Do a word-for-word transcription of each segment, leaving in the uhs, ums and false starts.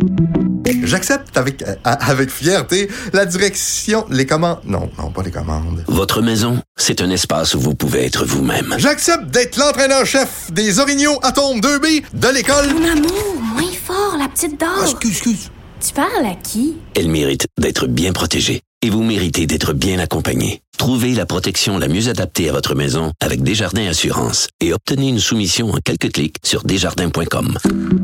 J'accepte avec, euh, avec fierté la direction, les commandes... Non, non, pas les commandes. Votre maison, c'est un espace où vous pouvez être vous-même. J'accepte d'être l'entraîneur-chef des Orignaux Atomes deux B de l'école... Mon amour, moins fort, la petite dame. Ah, excuse, excuse. Tu parles à qui? Elle mérite d'être bien protégée. Et vous méritez d'être bien accompagné. Trouvez la protection la mieux adaptée à votre maison avec Desjardins Assurance et obtenez une soumission en quelques clics sur desjardins point com.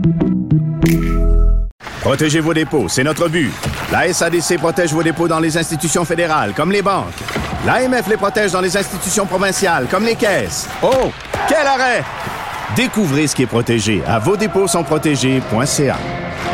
Protégez vos dépôts, c'est notre but. La S A D C protège vos dépôts dans les institutions fédérales, comme les banques. L'A M F les protège dans les institutions provinciales, comme les caisses. Oh, quel arrêt! Découvrez ce qui est protégé à vos dépôts sont protégés point c a.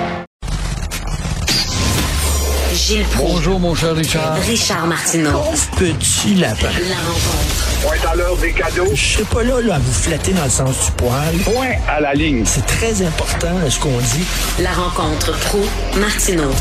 Gilles Proulx. Bonjour, mon cher Richard. Richard Martineau. Petit lapin. La rencontre. Point à l'heure des cadeaux. Je serai pas là, là à vous flatter dans le sens du poil. Point à la ligne. C'est très important, ce qu'on dit. La rencontre Proulx-Martineau.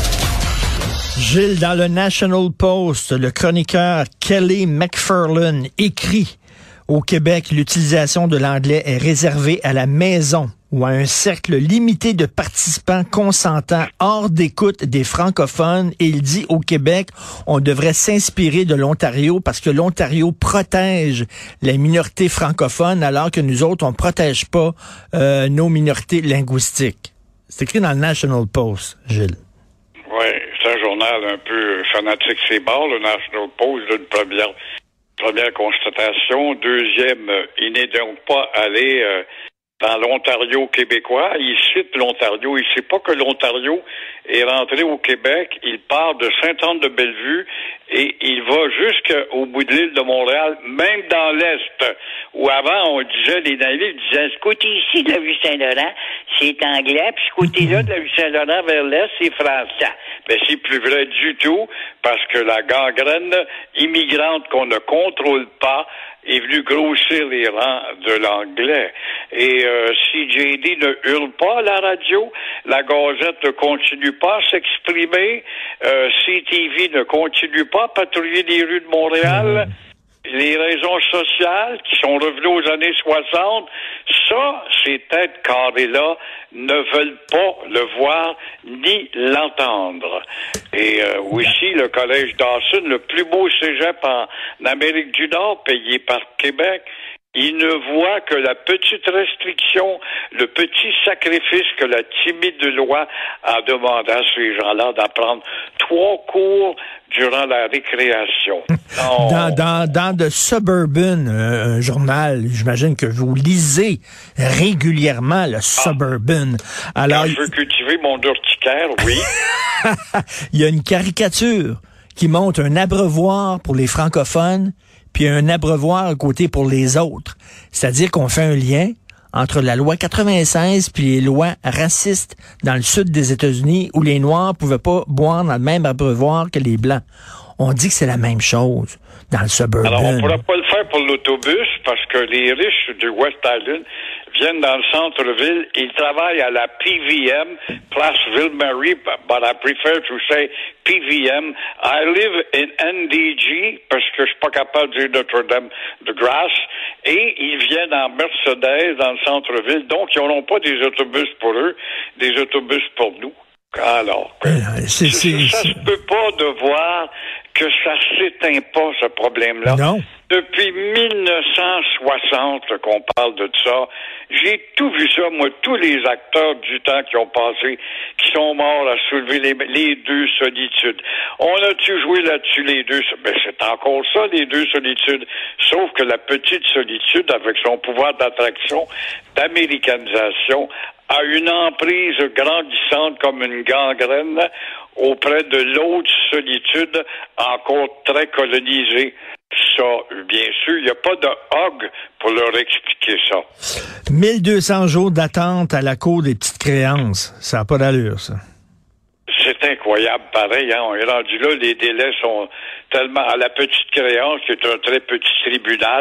Gilles, dans le National Post, le chroniqueur Kelly McFarlane écrit: au Québec, l'utilisation de l'anglais est réservée à la maison ou à un cercle limité de participants consentants hors d'écoute des francophones. Et il dit, au Québec, on devrait s'inspirer de l'Ontario parce que l'Ontario protège les minorités francophones alors que nous autres, on protège pas euh, nos minorités linguistiques. C'est écrit dans le National Post, Gilles. Oui, c'est un journal un peu fanatique, c'est bords, le National Post, d'une première, première constatation. Deuxième, euh, il n'est donc pas allé... Euh, dans l'Ontario québécois. Il cite l'Ontario. Il ne sait pas que l'Ontario est rentré au Québec. Il part de Sainte-Anne-de-Bellevue et il va jusqu'au bout de l'île de Montréal, même dans l'Est, où avant, on disait, les natifs disaient, ce côté ici de la rue Saint-Laurent, c'est anglais, puis ce côté-là de la rue Saint-Laurent vers l'Est, c'est français. Mais c'est plus vrai du tout, parce que la gangrène immigrante qu'on ne contrôle pas est venue grossir les rangs de l'anglais. Et euh, si J D ne hurle pas à la radio, la Gazette ne continue pas à s'exprimer, euh, C T V ne continue pas à patrouiller les rues de Montréal, les raisons sociales qui sont revenues aux années soixante, ça, ces têtes carrées-là ne veulent pas le voir ni l'entendre. Et euh, aussi, le Collège Dawson, le plus beau cégep en Amérique du Nord, payé par Québec, il ne voit que la petite restriction, le petit sacrifice que la timide loi a demandé à ces gens-là d'apprendre trois cours durant la récréation. Dans, dans, dans The Suburban, euh, un journal, j'imagine que vous lisez régulièrement le Suburban. Alors, quand je veux cultiver mon urticaire, oui. Il y a une caricature qui montre un abreuvoir pour les francophones, puis un abreuvoir à côté pour les autres. C'est-à-dire qu'on fait un lien entre la loi quatre-vingt-seize puis les lois racistes dans le sud des États-Unis où les Noirs pouvaient pas boire dans le même abreuvoir que les Blancs. On dit que c'est la même chose dans le Suburban. Alors, on ne pourra pas le faire pour l'autobus parce que les riches du West Island viennent dans le centre-ville. Ils travaillent à la P V M, Place Ville-Marie, but I prefer to say P V M. I live in N D G parce que je suis pas capable de dire Notre-Dame-de-Grâce. Et ils viennent en Mercedes dans le centre-ville. Donc, ils n'auront pas des autobus pour eux, des autobus pour nous. Alors, euh, c'est, c'est, ça c'est... se peut pas de voir que ça s'éteint pas, ce problème-là. Non. Depuis mille neuf cent soixante qu'on parle de ça, j'ai tout vu ça, moi, tous les acteurs du temps qui ont passé, qui sont morts à soulever les, les deux solitudes. On a-tu joué là-dessus, les deux? Ben, c'est encore ça, les deux solitudes. Sauf que la petite solitude, avec son pouvoir d'attraction, d'américanisation, a une emprise grandissante comme une gangrène auprès de l'autre solitude encore très colonisée. Ça, bien sûr, il n'y a pas de hog pour leur expliquer ça. mille deux cents jours d'attente à la cour des petites créances. Ça n'a pas d'allure, ça. C'est incroyable, pareil, hein. On est rendu là, les délais sont tellement... À la petite créance, qui est un très petit tribunal,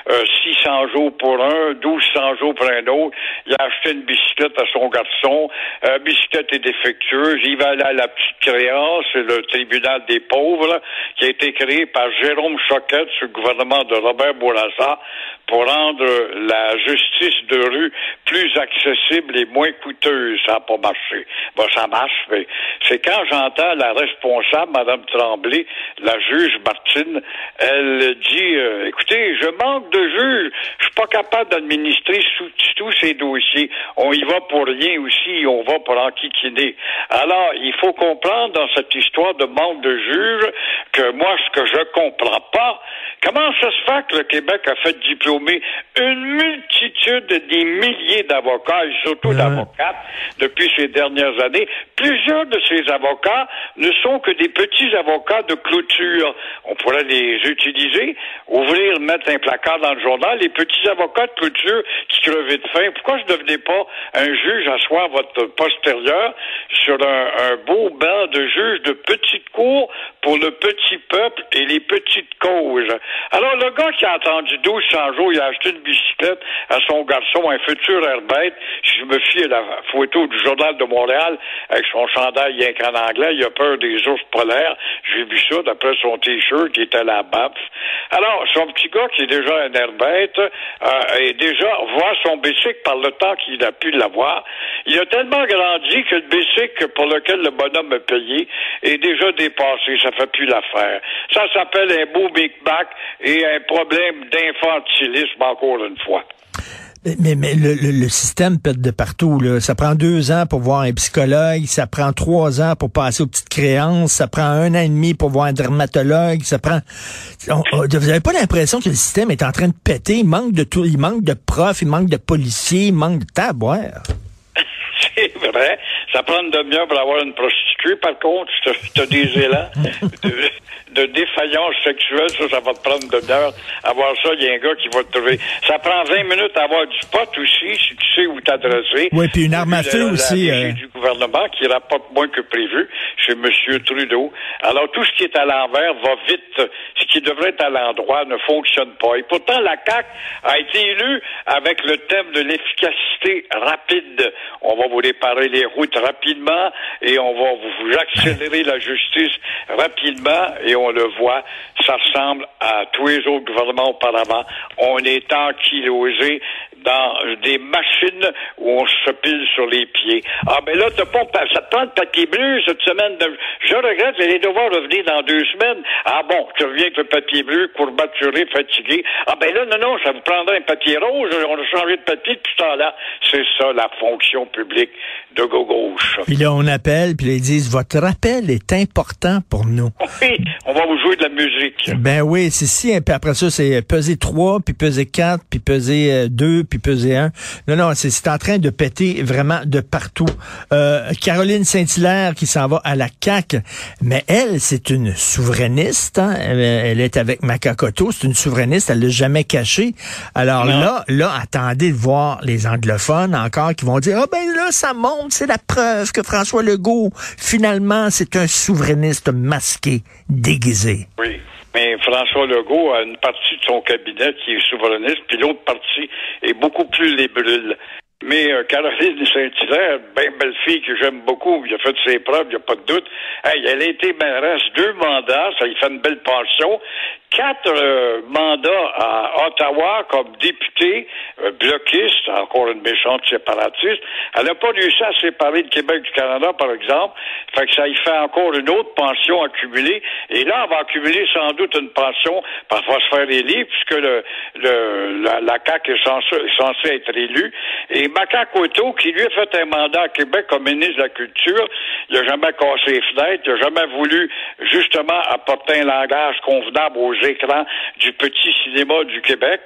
euh, six cents jours pour un, douze cents jours pour un autre. Il a acheté une bicyclette à son garçon. La euh, bicyclette est défectueuse. Il va aller à la petite créance, c'est le tribunal des pauvres, là, qui a été créé par Jérôme Choquette sous le gouvernement de Robert Bourassa pour rendre la justice de rue plus accessible et moins coûteuse. Ça n'a pas marché. Bon, ça marche, mais c'est quand j'entends la responsable, Mme Tremblay, la juge Martine, elle dit, euh, écoutez, je manque de juges, je suis pas capable d'administrer sous, tous ces dossiers. On y va pour rien aussi, on va pour enquiquiner. Alors, il faut comprendre dans cette histoire de manque de juges que moi, ce que je comprends pas, comment ça se fait que le Québec a fait diplômer une multitude, des milliers d'avocats, et surtout ouais. d'avocates, depuis ces dernières années. Plusieurs de ces avocats ne sont que des petits avocats de clôture. On pourrait les utiliser, ouvrir, mettre un placard dans le journal, les petits avocats de clôture qui crevaient de faim. Pourquoi je ne devenais pas un juge asseoir votre postérieur sur un, un beau banc de juge de petite cour pour le petit peuple et les petites causes? Alors, le gars qui a attendu douze cents jours, il a acheté une bicyclette à son garçon, un futur airbête. Si je me fie à la photo du Journal de Montréal, avec son chandail rien qu'en anglais, il a peur des ours polaires. J'ai vu ça d'après son t-shirt qui était à la B A P. Alors, son petit gars qui est déjà un airbête, euh, et déjà voit son bicycle par le temps qu'il a pu l'avoir. Il a tellement grandi que le bicycle pour lequel le bonhomme a payé est déjà dépassé. Ça fait plus l'affaire. Ça s'appelle un beau Big Mac et un problème d'infantilisme encore une fois. Mais, mais le, le, le système pète de partout, là. Ça prend deux ans pour voir un psychologue, ça prend trois ans pour passer aux petites créances, ça prend un an et demi pour voir un dermatologue, ça prend... On, on, vous avez pas l'impression que le système est en train de péter? Il manque de tout, il manque de profs, il manque de policiers, il manque de taboire. C'est vrai. Ça prend une demi-heure pour avoir une prostituée, par contre. Tu as des élans de, de défaillance sexuelle. Ça, ça va te prendre une demi-heure. Avoir ça, il y a un gars qui va te trouver. Ça prend vingt minutes à avoir du pot aussi, si tu sais où t'adresser. Oui, puis une arme à feu aussi. La, la euh... du gouvernement qui rapporte moins que prévu chez M. Trudeau. Alors, tout ce qui est à l'envers va vite. Ce qui devrait être à l'endroit ne fonctionne pas. Et pourtant, la C A Q a été élue avec le thème de l'efficacité rapide. On va vous réparer les routes rapidement et on va vous accélérer la justice rapidement et on le voit, ça ressemble à tous les autres gouvernements auparavant. On est ankylosé dans des machines où on se pile sur les pieds. Ah, ben là, t'as pas, ça te prend le papier bleu cette semaine. De, je regrette, j'allais devoir revenir dans deux semaines. Ah bon, tu reviens avec le papier bleu, courbaturé, fatigué. Ah, ben là, non, non, ça vous prendra un papier rose. On a changé de papier depuis ce temps-là. C'est ça, la fonction publique de gauche. Puis là, on appelle, puis là, ils disent, votre rappel est important pour nous. Oui, on va vous jouer de la musique. Ben oui, c'est si, puis après ça, c'est peser trois, puis peser quatre, puis peser deux, puis peser un. Non, non, c'est, c'est en train de péter vraiment de partout. Euh, Caroline Saint-Hilaire qui s'en va à la C A Q, mais elle, c'est une souverainiste, hein? elle, elle est avec Makakoto, c'est une souverainiste, elle l'a jamais caché. Alors non. là, là, attendez de voir les anglophones encore qui vont dire, ah oh, ben là, ça monte, c'est la preuve que François Legault, finalement, c'est un souverainiste masqué, déguisé. Oui. Mais François Legault a une partie de son cabinet qui est souverainiste, puis l'autre partie est beaucoup plus libérale. Mais euh, Caroline Saint-Hilaire, ben belle fille que j'aime beaucoup, il a fait ses preuves, il n'y a pas de doute. Hey, elle a été mairesse deux mandats, ça lui fait une belle pension. Quatre euh, mandats à Ottawa comme députée euh, bloquiste, encore une méchante séparatiste. Elle n'a pas réussi à séparer le Québec du Canada, par exemple. Fait que ça y fait encore une autre pension accumulée. Et là, on va accumuler sans doute une pension, parfois se faire élire, puisque le, le la, la C A Q est censée, est censée être élue. Et Makakoto, qui lui a fait un mandat à Québec comme ministre de la Culture, il n'a jamais cassé les fenêtres, il n'a jamais voulu justement apporter un langage convenable aux écrans du petit cinéma du Québec.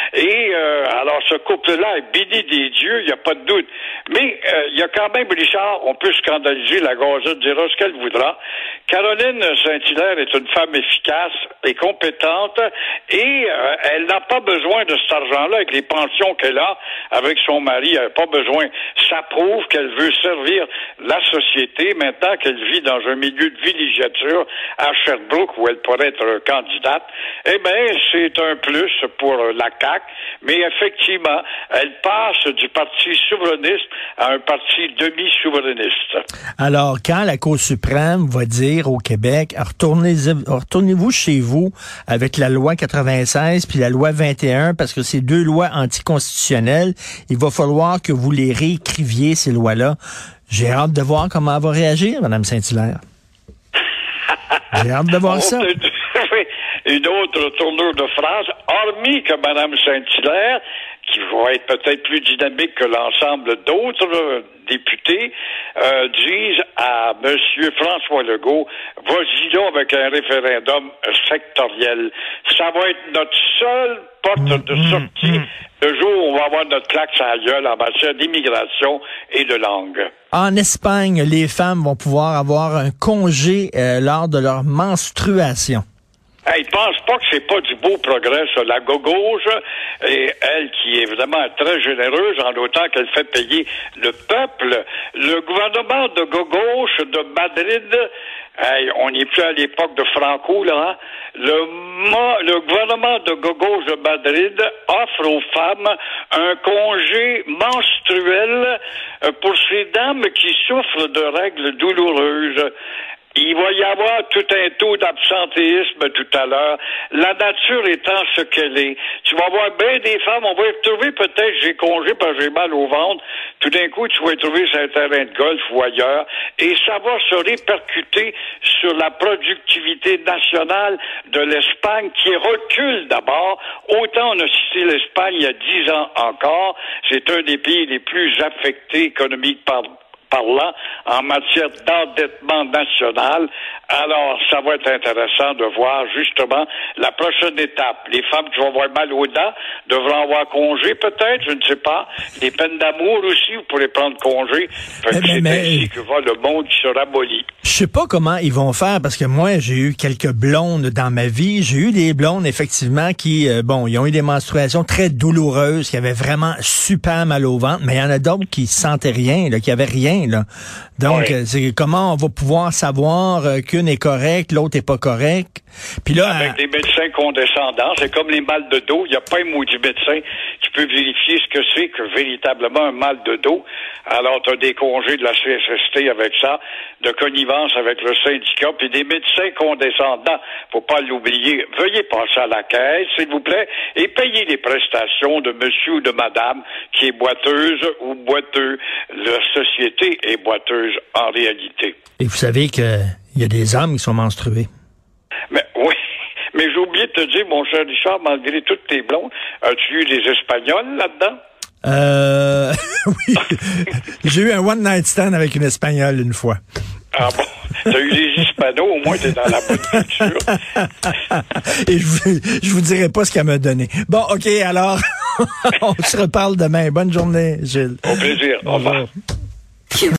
Et euh, alors ce couple-là est béni des dieux, il n'y a pas de doute. Mais euh, il y a quand même, Richard, on peut scandaliser, la Gazette dira ce qu'elle voudra. Caroline Saint-Hilaire est une femme efficace et compétente et euh, elle n'a pas besoin de cet argent-là avec les pensions qu'elle a avec son mari. Elle n'a pas besoin. Ça prouve qu'elle veut servir la société maintenant qu'elle vit dans un milieu de villégiature à Sherbrooke où elle pourrait être candidate. eh bien, c'est un plus pour la C A Q, mais effectivement, elle passe du parti souverainiste à un parti demi-souverainiste. Alors, quand la Cour suprême va dire au Québec, retournez, retournez-vous chez vous avec la loi quatre-vingt-seize puis la loi vingt et un, parce que c'est deux lois anticonstitutionnelles, il va falloir que vous les réécriviez, ces lois-là. J'ai hâte de voir comment elle va réagir, Mme Saint-Hilaire. J'ai hâte de voir ça. Une autre tournure de phrase, hormis que Mme Saint-Hilaire, qui va être peut-être plus dynamique que l'ensemble d'autres députés, euh, disent à M. François Legault, vas-y donc avec un référendum sectoriel. Ça va être notre seule porte de sortie le jour où on va avoir notre claque sur la gueule en matière d'immigration et de langue. En Espagne, les femmes vont pouvoir avoir un congé euh, lors de leur menstruation. Hey, ils pensent pas que c'est pas du beau progrès, ça. La gauche, et elle qui est vraiment très généreuse en autant qu'elle fait payer le peuple. Le gouvernement de gauche de Madrid, hey, on n'est plus à l'époque de Franco, là, hein? Le, le gouvernement de gauche de Madrid offre aux femmes un congé menstruel pour ces dames qui souffrent de règles douloureuses. Il va y avoir tout un taux d'absentéisme tout à l'heure. La nature étant ce qu'elle est. Tu vas voir bien des femmes, on va y retrouver peut-être, j'ai congé parce que j'ai mal au ventre. Tout d'un coup, tu vas y trouver sur un terrain de golf ou ailleurs. Et ça va se répercuter sur la productivité nationale de l'Espagne qui recule d'abord. Autant on a cité l'Espagne il y a dix ans encore. C'est un des pays les plus affectés économiques par parlant en matière d'endettement national. Alors, ça va être intéressant de voir justement la prochaine étape. Les femmes qui vont avoir mal aux dents devront avoir congé peut-être, je ne sais pas. Les peines d'amour aussi, vous pourrez prendre congé. Fait que c'est mais, ainsi que va le monde qui se ramollit. Je sais pas comment ils vont faire, parce que moi, j'ai eu quelques blondes dans ma vie. J'ai eu des blondes, effectivement, qui, euh, bon, ils ont eu des menstruations très douloureuses, qui avaient vraiment super mal au ventre, mais il y en a d'autres qui sentaient rien, là, qui avaient rien. Là. Donc, oui. c'est comment on va pouvoir savoir euh, qu'une est correcte, l'autre est pas correcte. Puis là, avec euh, des médecins condescendants, c'est comme les mal de dos. Il n'y a pas un maudit médecin qui peut vérifier ce que c'est que véritablement un mal de dos. Alors, tu as des congés de la C S S T avec ça, de connivence avec le syndicat, puis des médecins condescendants. Faut pas l'oublier. Veuillez passer à la caisse, s'il vous plaît, et payer les prestations de monsieur ou de madame qui est boiteuse ou boiteux. La société est boiteuse en réalité. Et vous savez qu'il y a des hommes qui sont menstrués. Mais oui, mais j'ai oublié de te dire, mon cher Richard, malgré toutes tes blondes, as-tu eu des Espagnols là-dedans? Euh, oui. J'ai eu un one-night stand avec une Espagnole une fois. Ah bon? T'as eu des Hispanos, au moins t'es dans la bonne culture. Et je vous, je vous dirai pas ce qu'elle m'a donné. Bon, OK, alors, on se reparle demain. Bonne journée, Gilles. Au plaisir. Au revoir.